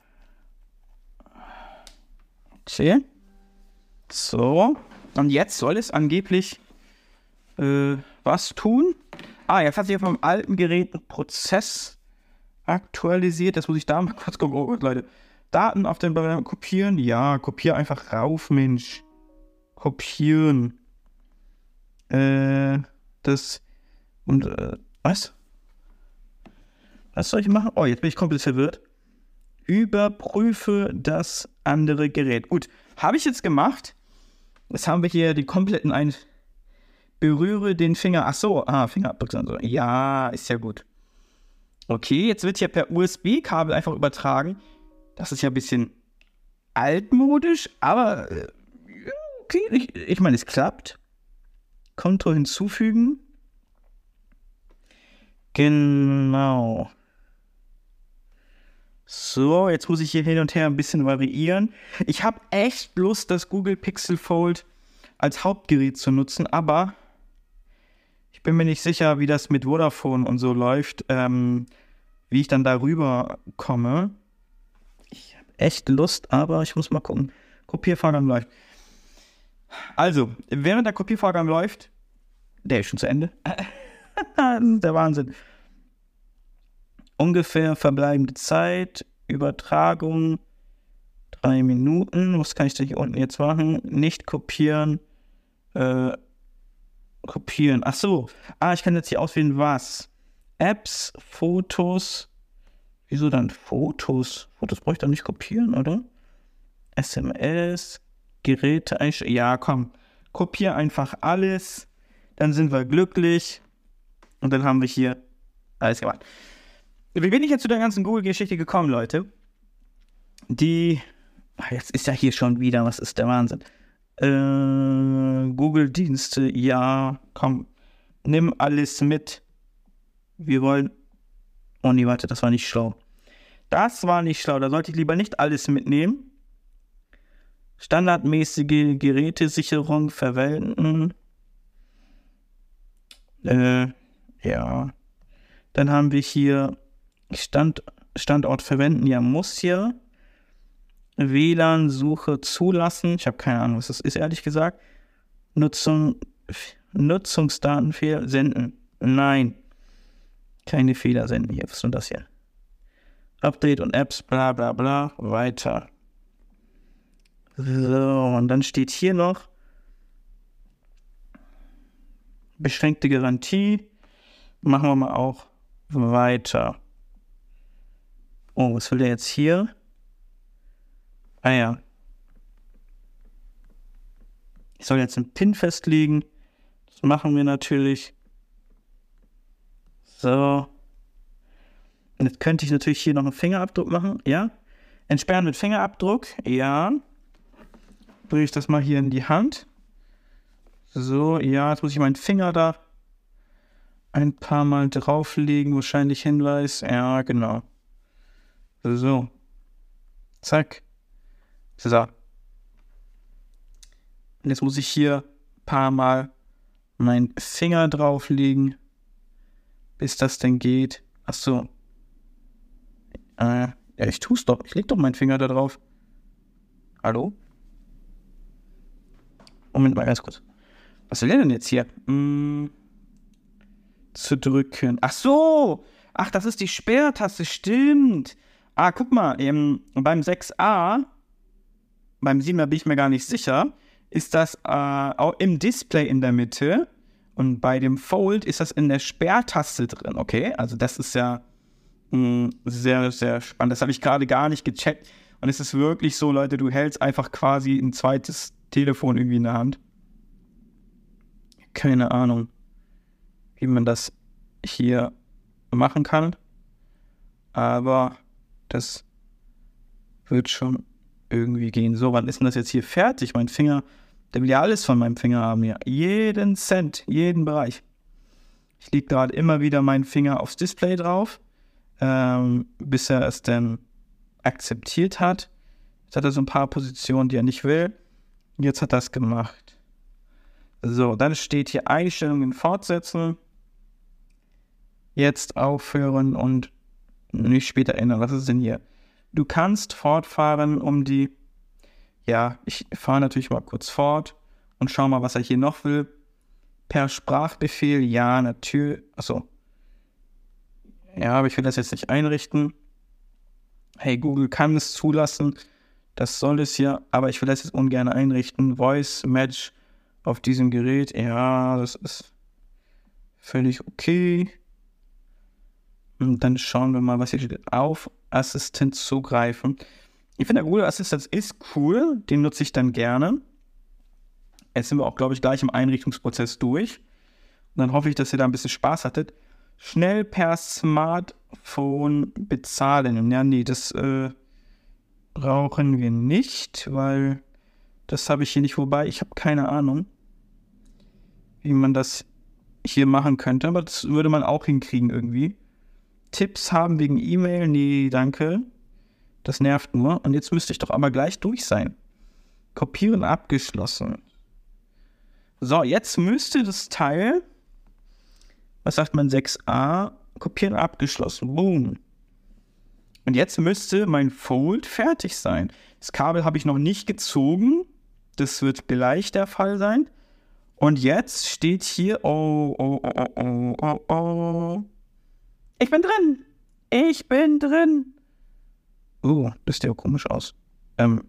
Okay. So. Und jetzt soll es angeblich äh, was tun. Ah, jetzt hat sich auf meinem alten Gerät ein Prozess aktualisiert. Das muss ich da mal kurz gucken. Oh, Leute. Daten auf den Bereich kopieren. Ja, kopiere einfach rauf, Mensch. Kopieren. Äh, das. Und, äh, was? Was soll ich machen? Oh, jetzt bin ich komplett verwirrt. Überprüfe das andere Gerät. Gut, habe ich jetzt gemacht. Jetzt haben wir hier die kompletten ein. Berühre den Finger. Ach so, ah, Fingerabdrucksensor. Ja, ist ja gut. Okay, jetzt wird hier per U S B-Kabel einfach übertragen. Das ist ja ein bisschen altmodisch, aber äh, okay, ich, ich meine, es klappt. Konto hinzufügen. Genau. So, jetzt muss ich hier hin und her ein bisschen variieren. Ich habe echt Lust, das Google Pixel Fold als Hauptgerät zu nutzen, aber ich bin mir nicht sicher, wie das mit Vodafone und so läuft, ähm, wie ich dann darüber komme. Ich habe echt Lust, aber ich muss mal gucken. Kopiervorgang läuft. Also, während der Kopiervorgang läuft, der ist schon zu Ende. Das ist der Wahnsinn. Ungefähr verbleibende Zeit, Übertragung, drei Minuten. Was kann ich denn hier unten jetzt machen? Nicht kopieren. Äh, kopieren. Ach so. Ah, ich kann jetzt hier auswählen, was? Apps, Fotos. Wieso dann Fotos? Fotos brauche ich doch nicht kopieren, oder? S M S, Geräte. Ja, komm. Kopiere einfach alles. Dann sind wir glücklich. Und dann haben wir hier alles gemacht. Wie bin ich jetzt zu der ganzen Google-Geschichte gekommen, Leute? Die, ach, jetzt ist ja hier schon wieder, was ist der Wahnsinn? Äh, Google-Dienste, ja, komm, nimm alles mit. Wir wollen, oh nee, warte, das war nicht schlau. Das war nicht schlau, da sollte ich lieber nicht alles mitnehmen. Standardmäßige Gerätesicherung verwenden. Äh, ja. Dann haben wir hier Stand, Standort verwenden, ja, muss hier. W L A N-Suche zulassen. Ich habe keine Ahnung, was das ist, ehrlich gesagt. Nutzung, Nutzungsdatenfehler senden. Nein. Keine Fehler senden hier. Was ist denn das hier? Update und Apps, bla bla bla. Weiter. So, und dann steht hier noch beschränkte Garantie. Machen wir mal auch weiter. Oh, was will der jetzt hier? Ah ja. Ich soll jetzt einen Pin festlegen. Das machen wir natürlich. So. Und jetzt könnte ich natürlich hier noch einen Fingerabdruck machen. Ja. Entsperren mit Fingerabdruck. Ja. Bringe ich das mal hier in die Hand. So, ja, jetzt muss ich meinen Finger da ein paar Mal drauflegen. Wahrscheinlich Hinweis. Ja, genau. So. Zack. So. Und jetzt muss ich hier ein paar Mal meinen Finger drauflegen, bis das denn geht. Ach so. Äh, ja, ich tu's doch. Ich leg doch meinen Finger da drauf. Hallo? Moment mal ganz kurz. Was will der denn jetzt hier? Hm, zu drücken. Ach so. Ach, das ist die Sperrtaste. Stimmt. Ah, guck mal. Ähm, beim sechs a, beim siebener bin ich mir gar nicht sicher, ist das äh, auch im Display in der Mitte. Und bei dem Fold ist das in der Sperrtaste drin. Okay, also das ist ja mh, sehr, sehr spannend. Das habe ich gerade gar nicht gecheckt. Und es ist wirklich so, Leute, du hältst einfach quasi ein zweites Telefon irgendwie in der Hand. Keine Ahnung, wie man das hier machen kann. Aber das wird schon irgendwie gehen. So, wann ist denn das jetzt hier fertig? Mein Finger, der will ja alles von meinem Finger haben hier. Jeden Cent, jeden Bereich. Ich lege gerade immer wieder meinen Finger aufs Display drauf. ähm, bis er es dann akzeptiert hat. Jetzt hat er so ein paar Positionen, die er nicht will. Jetzt hat er es gemacht. So, dann steht hier Einstellungen fortsetzen. Jetzt aufhören und nicht später ändern. Was ist denn hier? Du kannst fortfahren, um die... Ja, ich fahre natürlich mal kurz fort und schau mal, was er hier noch will. Per Sprachbefehl, ja, natürlich. Achso. Ja, aber ich will das jetzt nicht einrichten. Hey, Google kann es zulassen. Das soll es ja, aber ich will das jetzt ungern einrichten. Voice Match auf diesem Gerät. Ja, das ist völlig okay. Und dann schauen wir mal, was hier steht. Auf Assistent zugreifen. Ich finde, der Google Assistant ist cool. Den nutze ich dann gerne. Jetzt sind wir auch, glaube ich, gleich im Einrichtungsprozess durch. Und dann hoffe ich, dass ihr da ein bisschen Spaß hattet. Schnell per Smartphone bezahlen. Ja, nee, das äh, brauchen wir nicht, weil das habe ich hier nicht. Wobei, ich habe keine Ahnung, wie man das hier machen könnte. Aber das würde man auch hinkriegen irgendwie. Tipps haben wegen E-Mail? Nee, danke. Das nervt nur. Und jetzt müsste ich doch aber gleich durch sein. Kopieren abgeschlossen. So, jetzt müsste das Teil, was sagt man, sechs a, kopieren abgeschlossen. Boom. Und jetzt müsste mein Fold fertig sein. Das Kabel habe ich noch nicht gezogen. Das wird gleich der Fall sein. Und jetzt steht hier, oh, oh, oh, oh, oh, oh. Ich bin drin. Ich bin drin. Oh, das sieht ja komisch aus. Ähm.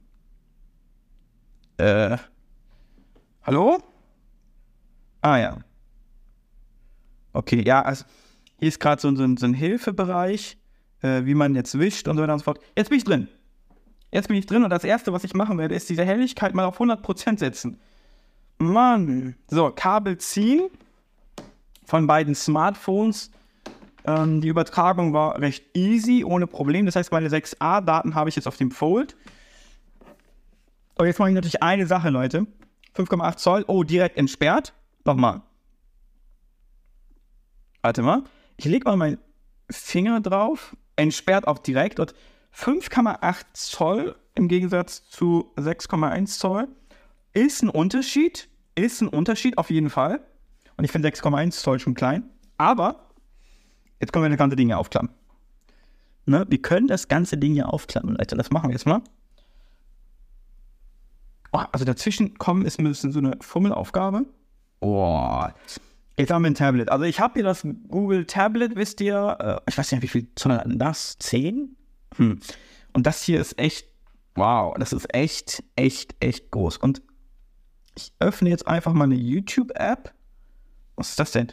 Äh. Hallo? Ah ja. Okay, ja, also hier ist gerade so, so, so ein Hilfebereich, äh, wie man jetzt wischt und so weiter und so fort. Jetzt bin ich drin. Jetzt bin ich drin und das Erste, was ich machen werde, ist diese Helligkeit mal auf hundert Prozent setzen. Mann. So, Kabel ziehen von beiden Smartphones. Ähm, die Übertragung war recht easy, ohne Problem. Das heißt, meine sechs a-Daten habe ich jetzt auf dem Fold. Und jetzt mache ich natürlich eine Sache, Leute. fünf Komma acht Zoll. Oh, direkt entsperrt. Nochmal. Warte mal. Ich lege mal meinen Finger drauf. Entsperrt auch direkt. Und fünf Komma acht Zoll im Gegensatz zu sechs Komma eins Zoll ist ein Unterschied. Ist ein Unterschied auf jeden Fall. Und ich finde sechs Komma eins Zoll schon klein. Aber jetzt können wir das ganze Ding hier aufklappen. Ne? Wir können das ganze Ding hier aufklappen, Leute. Das machen wir jetzt mal. Oh, also dazwischen kommen ist ein bisschen so eine Fummelaufgabe. Oh. Jetzt haben wir ein Tablet. Also ich habe hier das Google Tablet, wisst ihr. Äh, ich weiß nicht, wie viel Zoll hat das? zehn? Hm. Und das hier ist echt, wow, das ist echt, echt, echt groß. Und ich öffne jetzt einfach mal eine YouTube-App. Was ist das denn?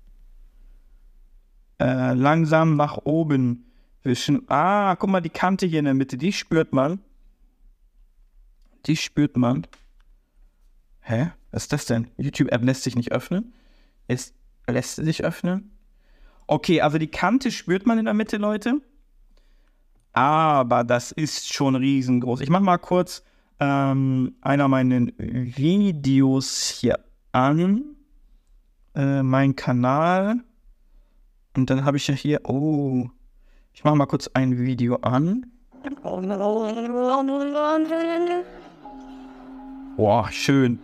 Äh, langsam nach oben wischen. Ah, guck mal, die Kante hier in der Mitte, die spürt man. Die spürt man. Hä? Was ist das denn? YouTube-App lässt sich nicht öffnen. Es lässt sich öffnen. Okay, also die Kante spürt man in der Mitte, Leute. Aber das ist schon riesengroß. Ich mach mal kurz ähm, einer meiner Videos hier an. Äh, mein Kanal. Und dann habe ich ja hier, oh, ich mache mal kurz ein Video an. Boah, schön.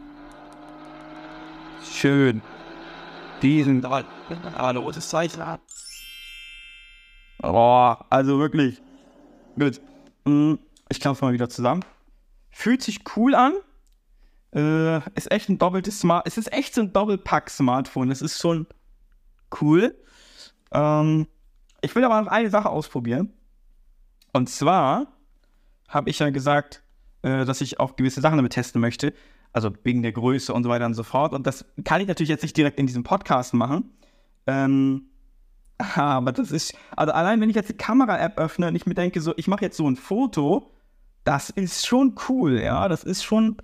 Schön. Diesen da, eine rote Zeichen. Boah, also wirklich. Gut. Ich klappe mal wieder zusammen. Fühlt sich cool an. Äh, ist echt ein doppeltes Smart. Es ist echt so ein Doppelpack-Smartphone. Das ist schon cool. Ähm, ich will aber noch eine Sache ausprobieren. Und zwar habe ich ja gesagt, äh, dass ich auch gewisse Sachen damit testen möchte. Also wegen der Größe und so weiter und so fort. Und das kann ich natürlich jetzt nicht direkt in diesem Podcast machen. Ähm, aber das ist, also allein wenn ich jetzt die Kamera-App öffne und ich mir denke, so, ich mache jetzt so ein Foto, das ist schon cool, ja. Das ist schon,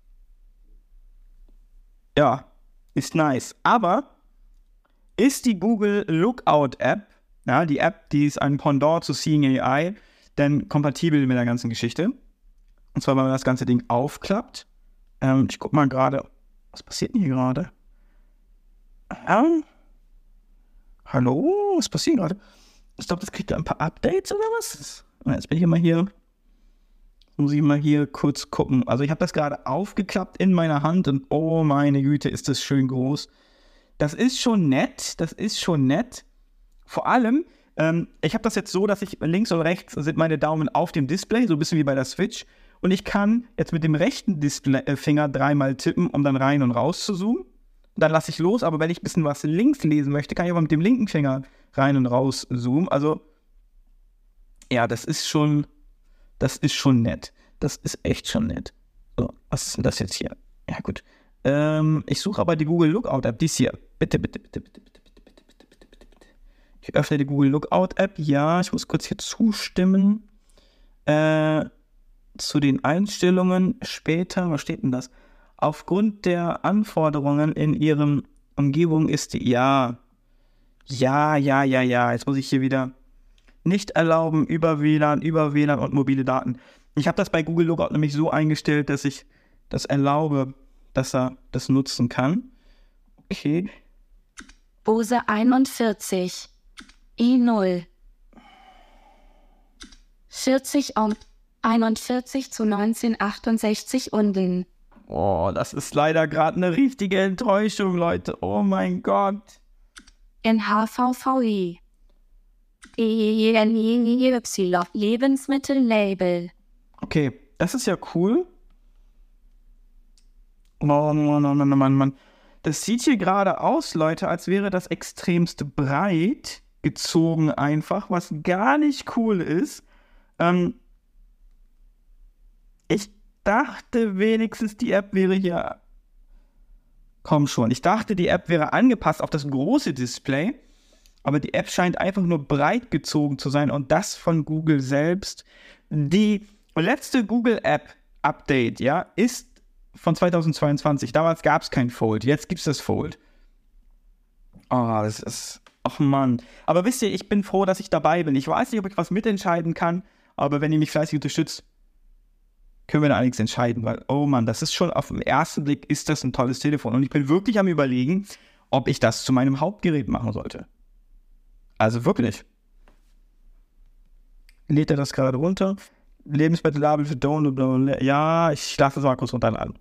ja, ist nice. Aber ist die Google Lookout-App, ja, die App, die ist ein Pendant zu Seeing A I, denn kompatibel mit der ganzen Geschichte. Und zwar, wenn man das ganze Ding aufklappt. Ähm, ich guck mal gerade, was passiert denn hier gerade? Ähm, hallo, was passiert gerade? Ich glaube, das kriegt ein paar Updates oder was? Jetzt bin ich mal hier. Muss ich mal hier kurz gucken. Also ich habe das gerade aufgeklappt in meiner Hand und oh meine Güte, ist das schön groß. Das ist schon nett, das ist schon nett. Vor allem, ähm, ich habe das jetzt so, dass ich links und rechts sind meine Daumen auf dem Display, so ein bisschen wie bei der Switch. Und ich kann jetzt mit dem rechten Display, äh, Finger dreimal tippen, um dann rein und raus zu zoomen. Dann lasse ich los, aber wenn ich ein bisschen was links lesen möchte, kann ich aber mit dem linken Finger rein und raus zoomen. Also, ja, das ist schon, das ist schon nett. Das ist echt schon nett. So, was ist denn das jetzt hier? Ja, gut. Ähm, ich suche aber die Google Lookout App. Dies hier. Bitte, bitte, bitte, bitte, bitte, bitte, bitte, bitte, bitte, bitte, bitte. Ich öffne die Google Lookout App. Ja, ich muss kurz hier zustimmen. Äh, zu den Einstellungen später. Was steht denn das? Aufgrund der Anforderungen in Ihrem Umgebung ist die, ja, ja, ja, ja, ja, jetzt muss ich hier wieder nicht erlauben über W L A N, über W L A N und mobile Daten. Ich habe das bei Google Lookout nämlich so eingestellt, dass ich das erlaube, dass er das nutzen kann. Okay. Bose einundvierzig, I null, vierzig und einundvierzig zu neunzehnhundertachtundsechzig unten. Oh, das ist leider gerade eine richtige Enttäuschung, Leute. Oh mein Gott. N H V V I. E N I Y. Lebensmittellabel. Okay, das ist ja cool. Oh Mann, Mann, Mann, Mann, Mann. Das sieht hier gerade aus, Leute, als wäre das extremst breit gezogen einfach, was gar nicht cool ist. Ähm, ich dachte wenigstens, die App wäre hier... Komm schon, ich dachte, die App wäre angepasst auf das große Display, aber die App scheint einfach nur breit gezogen zu sein und das von Google selbst. Die letzte Google-App-Update, ja, ist von zweitausendzweiundzwanzig. Damals gab es kein Fold, jetzt gibt es das Fold. Oh, das ist... Ach Mann. Aber wisst ihr, ich bin froh, dass ich dabei bin. Ich weiß nicht, ob ich was mitentscheiden kann, aber wenn ihr mich fleißig unterstützt, können wir da nichts entscheiden, weil, oh Mann, das ist schon auf den ersten Blick, ist das ein tolles Telefon. Und ich bin wirklich am Überlegen, ob ich das zu meinem Hauptgerät machen sollte. Also wirklich. Lädt er das gerade runter? Lebensmittellabel für Download. Ja, ich lasse das mal kurz runterladen.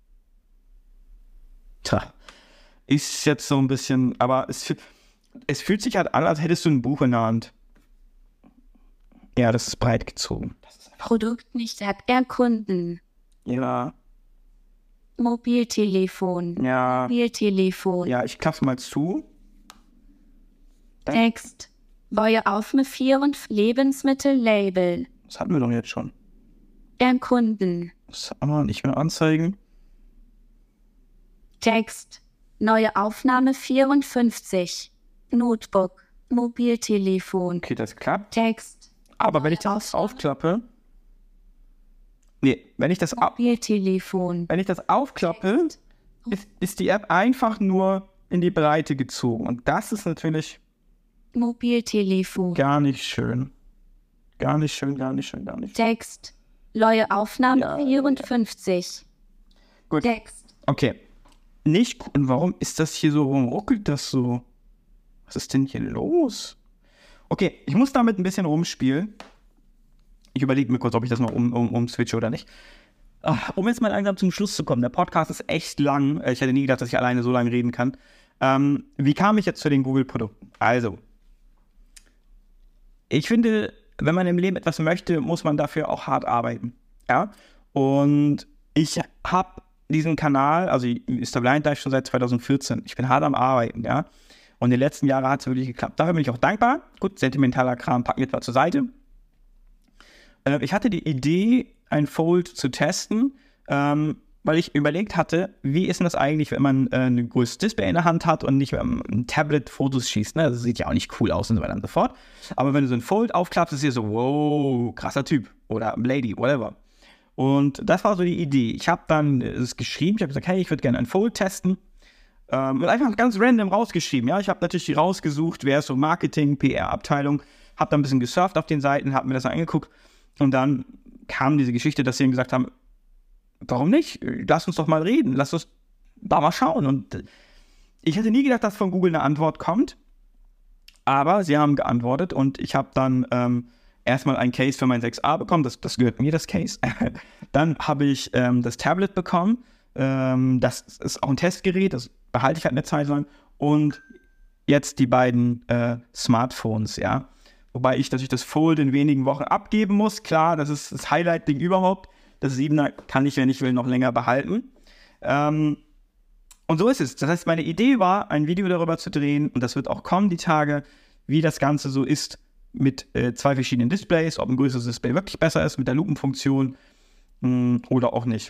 Tja, ist jetzt so ein bisschen, aber es, es fühlt sich halt an, als hättest du ein Buch in der Hand. Ja, das ist breit gezogen. Das ist Produkt nicht erkunden. Ja. Mobiltelefon. Ja. Mobiltelefon. Ja, ich klapp's mal zu. Text. Neue Aufnahme vier und Lebensmittellabel. Das hatten wir doch jetzt schon. Erkunden. Das haben wir nicht mehr anzeigen. Text. Neue Aufnahme vierundfünfzig. Notebook. Mobiltelefon. Okay, das klappt. Text. Aber wenn ich das aufklappe... Nee, wenn ich das, au- Mobiltelefon. wenn ich das aufklappe, ist, ist die App einfach nur in die Breite gezogen. Und das ist natürlich Mobiltelefon. gar nicht schön. Gar nicht schön, gar nicht schön, gar nicht schön. Text. Neue Aufnahme Ja, vierundfünfzig. Gut, Text. okay. Nicht gut. Und warum ist das hier so, warum ruckelt das so? Was ist denn hier los? Okay, ich muss damit ein bisschen rumspielen. Ich überlege mir kurz, ob ich das noch um, um, umswitche oder nicht. Ach, um jetzt mal langsam zum Schluss zu kommen. Der Podcast ist echt lang. Ich hätte nie gedacht, dass ich alleine so lange reden kann. Ähm, wie kam ich jetzt zu den Google-Produkten? Also, ich finde, wenn man im Leben etwas möchte, muss man dafür auch hart arbeiten. Ja? Und ich habe diesen Kanal, also Mister Blind Dive schon seit zweitausendvierzehn. Ich bin hart am Arbeiten, ja. Und in den letzten Jahren hat es wirklich geklappt. Dafür bin ich auch dankbar. Gut, sentimentaler Kram packen wir zwar zur Seite. Äh, ich hatte die Idee, ein Fold zu testen, ähm, weil ich überlegt hatte, wie ist denn das eigentlich, wenn man äh, ein größeres Display in der Hand hat und nicht mit einem Tablet Fotos schießt. Ne? Das sieht ja auch nicht cool aus und so weiter und so fort. Aber wenn du so ein Fold aufklappst, ist hier so, wow, krasser Typ. Oder Lady, whatever. Und das war so die Idee. Ich habe dann es geschrieben, ich habe gesagt, hey, ich würde gerne ein Fold testen. Ähm, und einfach ganz random rausgeschrieben. Ja, ich habe natürlich die rausgesucht, wer ist so Marketing, P R-Abteilung, habe da ein bisschen gesurft auf den Seiten, habe mir das angeguckt und dann kam diese Geschichte, dass sie ihm gesagt haben, warum nicht? Lass uns doch mal reden, lass uns da mal schauen. Und ich hätte nie gedacht, dass von Google eine Antwort kommt, Aber sie haben geantwortet und ich habe dann ähm, erstmal ein Case für mein sechs a bekommen. Das, das gehört mir, das Case. Dann habe ich ähm, das Tablet bekommen. Ähm, das ist auch ein Testgerät. Das behalte ich halt eine Zeit lang. Und jetzt die beiden äh, Smartphones, ja. Wobei ich natürlich das Fold in wenigen Wochen abgeben muss. Klar, das ist das Highlight-Ding überhaupt. Das siebener kann ich, wenn ich will, noch länger behalten. Ähm, und so ist es. Das heißt, meine Idee war, ein Video darüber zu drehen, und das wird auch kommen, die Tage, wie das Ganze so ist mit äh, zwei verschiedenen Displays, ob ein größeres Display wirklich besser ist mit der Lupenfunktion mh, oder auch nicht.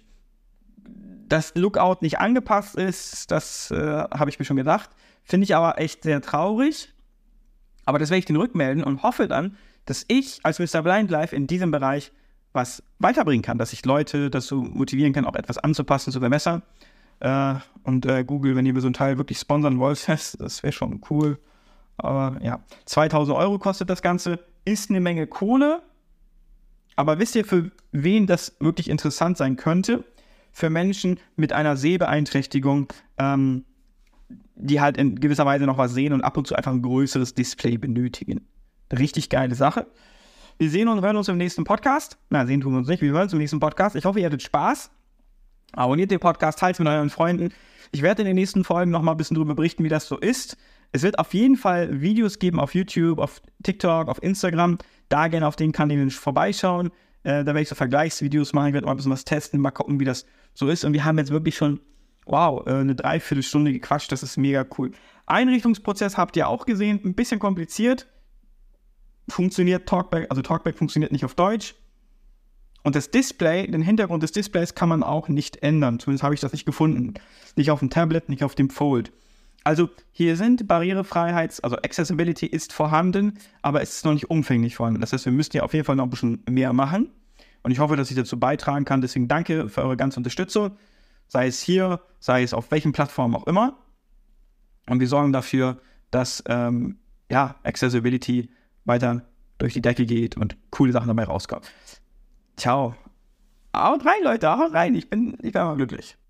Dass Lookout nicht angepasst ist, das äh, habe ich mir schon gedacht. Finde ich aber echt sehr traurig. Aber das werde ich den rückmelden und hoffe dann, dass ich als Mister Blind Life in diesem Bereich was weiterbringen kann, dass ich Leute dazu motivieren kann, auch etwas anzupassen, zu verbessern. Äh, und äh, Google, wenn ihr mir so ein Teil wirklich sponsern wollt, das, das wäre schon cool. Aber ja, zweitausend Euro kostet das Ganze, ist eine Menge Kohle. Aber wisst ihr, für wen das wirklich interessant sein könnte? Für Menschen mit einer Sehbeeinträchtigung, ähm, die halt in gewisser Weise noch was sehen und ab und zu einfach ein größeres Display benötigen. Richtig geile Sache. Wir sehen und hören uns im nächsten Podcast. Na, sehen tun wir uns nicht, wir hören uns im nächsten Podcast. Ich hoffe, ihr hattet Spaß. Abonniert den Podcast, teilt es mit euren Freunden. Ich werde in den nächsten Folgen noch mal ein bisschen darüber berichten, wie das so ist. Es wird auf jeden Fall Videos geben auf YouTube, auf TikTok, auf Instagram. Da gerne auf den Kanälen vorbeischauen. Äh, da werde ich so Vergleichsvideos machen. Ich werde mal ein bisschen was testen, mal gucken, wie das so ist. Und wir haben jetzt wirklich schon, wow, äh, eine Dreiviertelstunde gequatscht. Das ist mega cool. Einrichtungsprozess habt ihr auch gesehen. Ein bisschen kompliziert. Funktioniert Talkback, also Talkback funktioniert nicht auf Deutsch. Und das Display, den Hintergrund des Displays kann man auch nicht ändern. Zumindest habe ich das nicht gefunden. Nicht auf dem Tablet, nicht auf dem Fold. Also hier sind Barrierefreiheits-, also Accessibility ist vorhanden, aber es ist noch nicht umfänglich vorhanden. Das heißt, wir müssen ja auf jeden Fall noch ein bisschen mehr machen. Und ich hoffe, dass ich dazu beitragen kann. Deswegen danke für eure ganze Unterstützung. Sei es hier, sei es auf welchen Plattformen auch immer. Und wir sorgen dafür, dass ähm, ja, Accessibility weiter durch die Decke geht und coole Sachen dabei rauskommen. Ciao. Haut rein, Leute, haut rein. Ich bin, ich bin mal glücklich.